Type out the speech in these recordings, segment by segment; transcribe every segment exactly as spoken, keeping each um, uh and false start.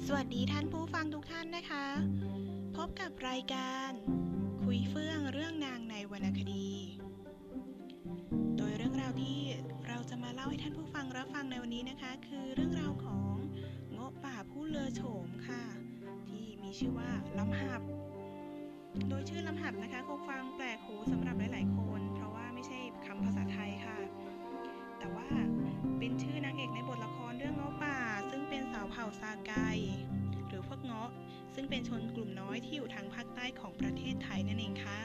สวัสดีท่านผู้ฟังทุกท่านนะคะพบกับรายการคุยเฟื่องเรื่องนางในวรรณคดีโดยเรื่องราวที่เราจะมาเล่าให้ท่านผู้ฟังรับฟังในวันนี้นะคะคือเรื่องราวของเงาะป่าผู้เลอโฉมค่ะที่มีชื่อว่าลำหับโดยชื่อลำหับนะคะคงฟังแปลกหูสำหรับหลายๆคนเพราะว่าไม่ใช่คำภาษาไทยค่ะแต่ว่าเป็นชื่อนางเอกในบทละครเรื่องเงาะป่าซึ่งเป็นสาวเผ่าซาไกหรือพวกเงาะซึ่งเป็นชนกลุ่มน้อยที่อยู่ทางภาคใต้ของประเทศไทยนั่นเองค่ะ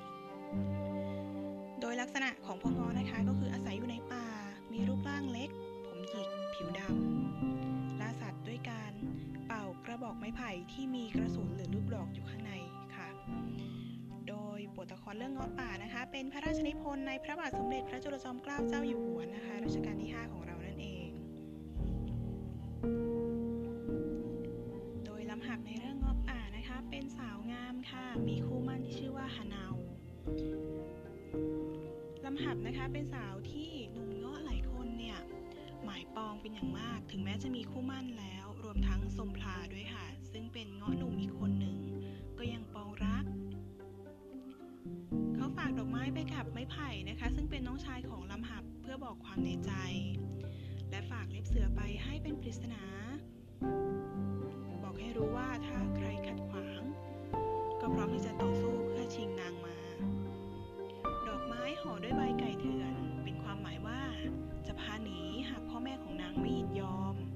โดยลักษณะของพวกเงาะนะคะก็คืออาศัยอยู่ในป่ามีรูปร่างเล็กผมหยิกผิวดำล่าสัตว์ด้วยการเป่ากระบอกไม้ไผ่ที่มีกระสุนหรือลูกดอกอยู่ข้างในค่ะโดยบทละครเรื่องเงาะป่านะคะเป็นพระราชนิพนธ์ในพระบาทสมเด็จพระจุลจอมเกล้าเจ้าอยู่หัวนะคะรัชกาลที่ห้าของเรานั่นเองโดยลำหับในเรื่องเงาะป่านะคะเป็นสาวงามค่ะมีคู่หมั่นที่ชื่อว่าฮานาวลำหับนะคะเป็นสาวที่หนุ่มเงาะหลายคนเนี่ยหมายปองเป็นอย่างมากถึงแม้จะมีคู่หมั่นแล้วรวมทั้งสมพลาด้วยค่ะซึ่งเป็นเงาะหนุ่มอีกคนหนึ่งก็ยังปองรักเขาฝากดอกไม้ไปกับไม้ไผ่นะคะซึ่งเป็นน้องชายของลำหับเพื่อบอกความในใจและฝากเล็บเสือไปให้เป็นปริศนาบอกให้รู้ว่าถ้าใครขัดขวางก็พร้อมที่จะต่อสู้เพื่อชิงนางมาดอกไม้ห่อด้วยใบไก่เถื่อนเป็นความหมายว่าจะพาหนีหากพ่อแม่ของนางไม่ยินยอม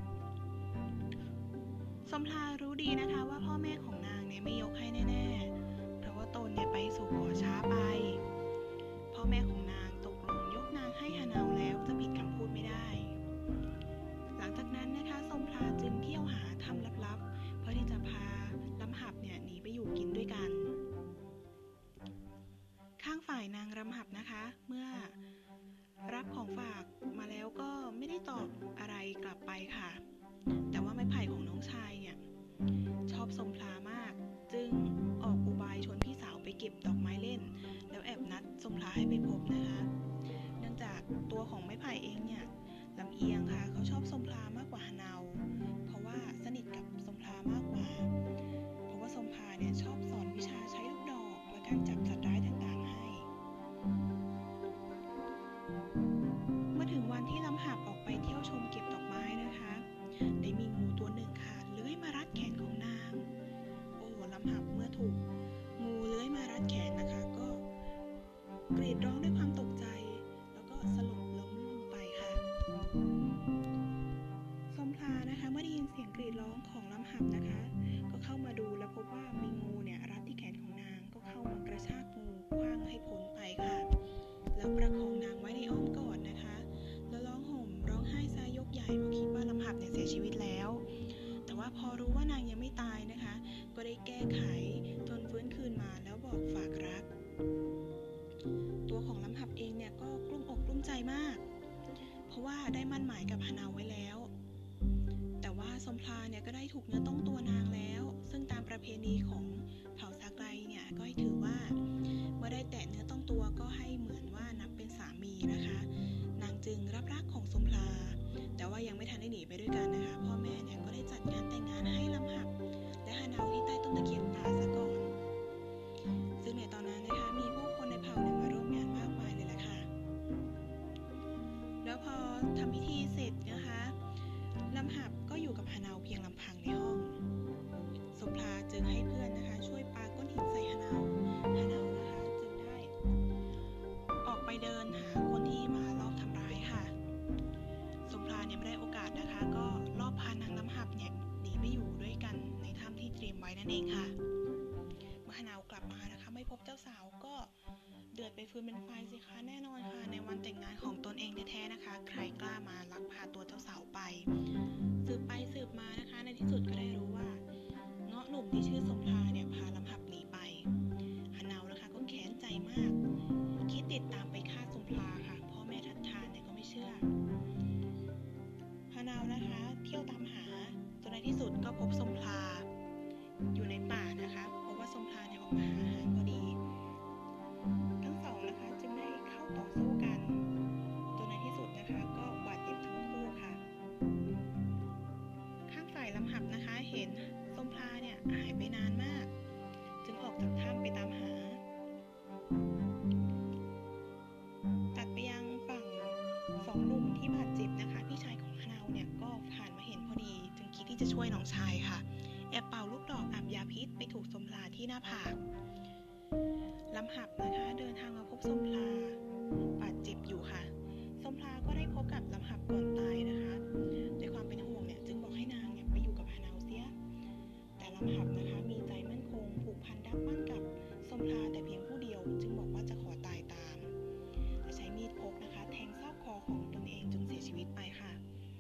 สมภารรู้ดีนะคะว่าพ่อแม่ของนางเนี่ยไม่ยกให้แน่ๆเพราะว่าตนเนี่ยไปสู่ขอช้าไปพ่อแม่ของนางตกลงยกนางให้ฮานาวแล้วจะผิดคำพูดไม่ได้หลังจากนั้นนะคะสมภารจึงเที่ยวหาทำลับๆเพื่อที่จะพาลำหับเนี่ยหนีไปอยู่กินด้วยกันข้างฝ่ายนางลำหับนะคะเมื่อรับของฝากมาแล้วก็ไม่ได้ตอบอะไรกลับไปค่ะแต่ว่าไม้ไผ่ของน้องชายเนี่ยชอบสมภารมากจึงออกอุบายชวนพี่สาวไปเก็บดอกไม้เล่นแล้วแอบนัดสมภารให้ไปพบนะคะเนื่องจากตัวของไม้ไผ่เองเนี่ยลำเอียงค่ะเขาชอบสมภารมากกว่าฮานาวเพราะว่าสนิทกับสมภารมากกว่าเพราะว่าสมภารเนี่ยชอบสอนวิชาใช้ลูกดอกและการจับสัตว์ร้ายต่างๆให้เมื่อถึงวันที่ลำหับออกไปเที่ยวชมเก็บดอกไม้นะคะได้มีงูตัวหนึ่งค่ะเลื้อยมารัดแขนของนางโอ้ลำหับเมื่อถูกงูเลื้อยมารัดแขนนะคะก็กรีดร้องด้วยความตกใจแล้วก็สลบล้มลงไปค่ะสมภารนะคะเมื่อได้ยินเสียงกรีดร้องของลำหับนะคะก็เข้ามาดูและพบว่ามีงูเนี่ยรัดที่แขนของนางก็เข้ามากระชากงูขว้างให้พ้นไปค่ะแล้วประคองนางไว้ในอ้อมกอดนะคะแล้วร้องห่มร้องไห้ซะยกใหญ่เพราะคิดว่าลำหับเนี่ยเสียชีวิตแล้วแต่ว่าพอรู้ว่านางยังไม่ตายนะคะก็ได้แก้ไขจนฟื้นคืนมาแล้วบอกฝากรักตัวของลำหับเองเนี่ยก็กลุ้มอกกลุ้มใจมากเพราะว่าได้มั่นหมายกับฮานาวไว้แล้วแต่ว่าสมภารเนี่ยก็ได้ถูกเนื้อต้องตัวนางแล้วซึ่งตามประเพณีของเผ่าซาไกเนี่ยก็ให้ถือว่าเมื่อได้แตะเนื้อต้องตัวก็ให้เหมือนว่านับเป็นสามีนะคะนางจึงรับรักของสมภารแต่ว่ายังไม่ทันได้หนีไปด้วยกันนะคะพ่อแม่เนี่ยก็ได้จัดงานแต่งงานให้ลำหับและฮานาวที่ใต้ต้นตะเคียนป่าซะก่อนซึ่งในตอนนั้นนะคะมีผู้คนในเผ่าเนี่ยมาร่วมงานมากมายเลยแหละค่ะแล้วพอทำพิธีเสร็จนะคะลำหับก็อยู่กับฮานาวเพียงลำพังในห้องสมภารจึงให้เพื่อนนะคะช่วยปาก้อนหินใส่ฮานาวฮานาวนะคะจึงได้ออกไปเดินหาคนที่มาลอบทำร้ายค่ะสมภารเนี่ยไม่ได้โอกาสนะคะก็ลอบพานางลำหับเนี่ยหนีไปอยู่ด้วยกันในถ้ำที่เตรียมไว้นั่นเองค่ะเมื่อฮานาวกลับมานะคะไม่พบเจ้าสาวก็เดือดไปฟืนเป็นไฟสิคะแน่นอนค่ะในวันแต่งงานของตนเองแท้ๆนะคะใครกล้ามาลักพาตัวเจ้าสาวไปสืบไปสืบมานะคะในที่สุดก็ได้รู้ว่าเงาะหนุ่มที่ชื่อสมภารเนี่ยพาลำหับหนีไปฮานาวนะคะก็แค้นใจมากคิดติดตามไปฆ่าสมภารค่ะพ่อแม่ทัดทานเนี่ยก็ไม่เชื่อฮานาวนะคะเที่ยวตามหาจนในที่สุดก็พบสมภารอยู่ในป่านะคะเพราะว่าสมภารเนี่ยออกมาหาอาหารพอดีทั้งสองนะคะจึงได้เข้าต่อสู้กันจนในที่สุดนะคะก็บาดเจ็บทั้งคู่ค่ะข้างฝ่ายลำหับนะคะช่วยน้องชายค่ะแอบเป่าลูกดอกอับยาพิษไปถูกสมพลาที่หน้าผากลำหับนะคะเดินทางมาพบสมพลาบาดเจ็บอยู่ค่ะสมพลาก็ได้พบกับลำหับก่อนตายนะคะด้วยความเป็นห่วงเนี่ยจึงบอกให้นางเนี่ยไปอยู่กับฮานาวเสียแต่ลำหับนะคะมีใจมั่นคงผูกพันดับมั่นกับสมพลาแต่เพียงผู้เดียวจึงบอกว่าจะขอตายตามและใช้มีดพกนะคะแทงซอกคอของตนเองจนเสียชีวิตไปค่ะ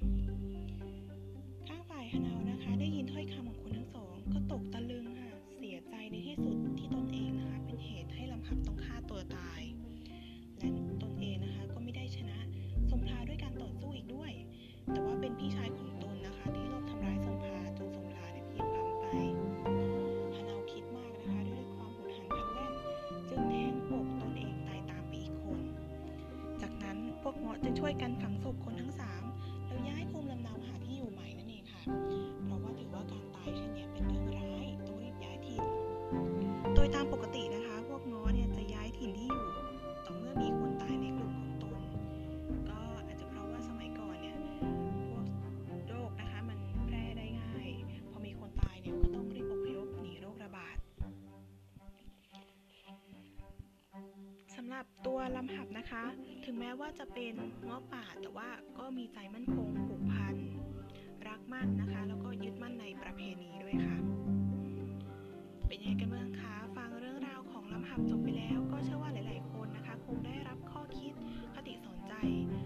ข้างฝ่ายฮานาวนะคะได้ยินถ้อยคำของคนทั้งสองก็ตกตะลึงค่ะเสียใจในที่สุดที่ตนเองนะคะเป็นเหตุให้ลำหับต้องฆ่าตัวตายและตนเองนะคะก็ไม่ได้ชนะสมพลาด้วยการต่อสู้อีกด้วยแต่ว่าเป็นพี่ชายของตนนะคะที่รอบทำร้ายสมพลาจนสมพลาเนี่ยเพียงพล้ำไปฮานาวคิดมากนะคะด้วยความหุนหันพลันแล่นจึงแทงอกตนเองตายตามไปอีกคนจากนั้นพวกเงาะจึงช่วยกันฝังศพคนทั้งสามแล้วย้ายภูมิลำเนาหาที่อยู่ใหม่นั่นเองค่ะเพราะว่าถือว่าการตายเช่นนี้เป็นเรื่องร้ายต้องรีบย้ายถิ่นโดยตามปกตินะคะพวกเงาะเนี่ยจะย้ายถิ่นที่อยู่ต่อเมื่อมีคนตายในกลุ่มของตนก็อาจจะเพราะว่าสมัยก่อนเนี่ยพวกโรคนะคะมันแพร่ได้ง่ายพอมีคนตายเนี่ยก็ต้องรีบอพยพหนีโรคระบาดสำหรับตัวลำหับนะคะถึงแม้ว่าจะเป็นเงาะป่าแต่ว่าก็มีใจมั่นคงผูกพันรักมั่นนะคะแล้วก็ยึดมั่นในประเพณีด้วยค่ะเป็นยังไงกันบ้างคะฟังเรื่องราวของลำหับจบไปแล้วก็เชื่อว่าหลายๆคนนะคะคงได้รับข้อคิดคติสอนใจ